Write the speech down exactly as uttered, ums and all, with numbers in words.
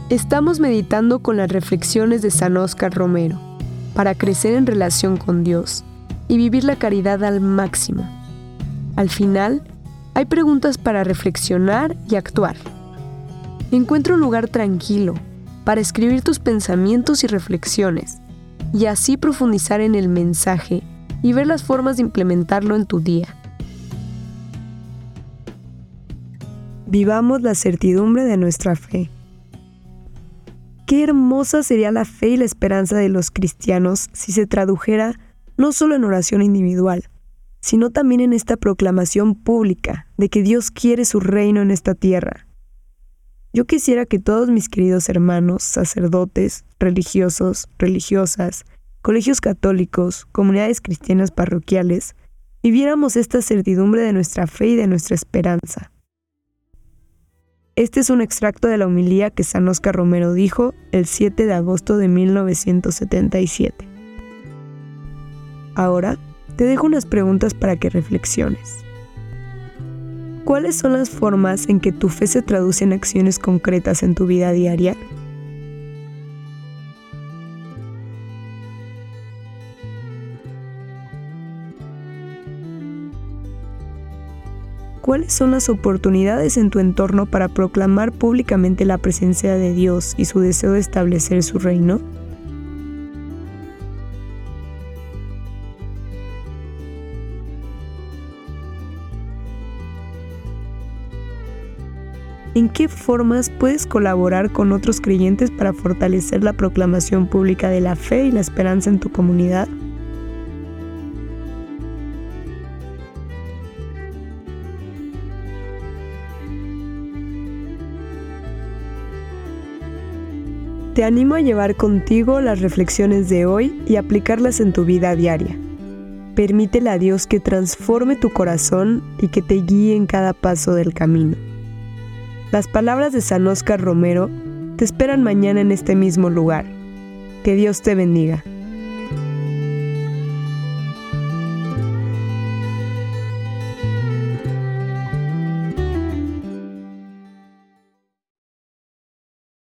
Estamos meditando con las reflexiones de San Óscar Romero para crecer en relación con Dios y vivir la caridad al máximo. Al final, hay preguntas para reflexionar y actuar. Encuentra un lugar tranquilo para escribir tus pensamientos y reflexiones y así profundizar en el mensaje y ver las formas de implementarlo en tu día. Vivamos la certidumbre de nuestra fe. Qué hermosa sería la fe y la esperanza de los cristianos si se tradujera no solo en oración individual, sino también en esta proclamación pública de que Dios quiere su reino en esta tierra. Yo quisiera que todos mis queridos hermanos, sacerdotes, religiosos, religiosas, colegios católicos, comunidades cristianas parroquiales, viviéramos esta certidumbre de nuestra fe y de nuestra esperanza. Este es un extracto de la homilía que San Óscar Romero dijo el siete de agosto de mil novecientos setenta y siete. Ahora, te dejo unas preguntas para que reflexiones. ¿Cuáles son las formas en que tu fe se traduce en acciones concretas en tu vida diaria? ¿Cuáles son las oportunidades en tu entorno para proclamar públicamente la presencia de Dios y su deseo de establecer su reino? ¿En qué formas puedes colaborar con otros creyentes para fortalecer la proclamación pública de la fe y la esperanza en tu comunidad? Te animo a llevar contigo las reflexiones de hoy y aplicarlas en tu vida diaria. Permítele a Dios que transforme tu corazón y que te guíe en cada paso del camino. Las palabras de San Óscar Romero te esperan mañana en este mismo lugar. Que Dios te bendiga.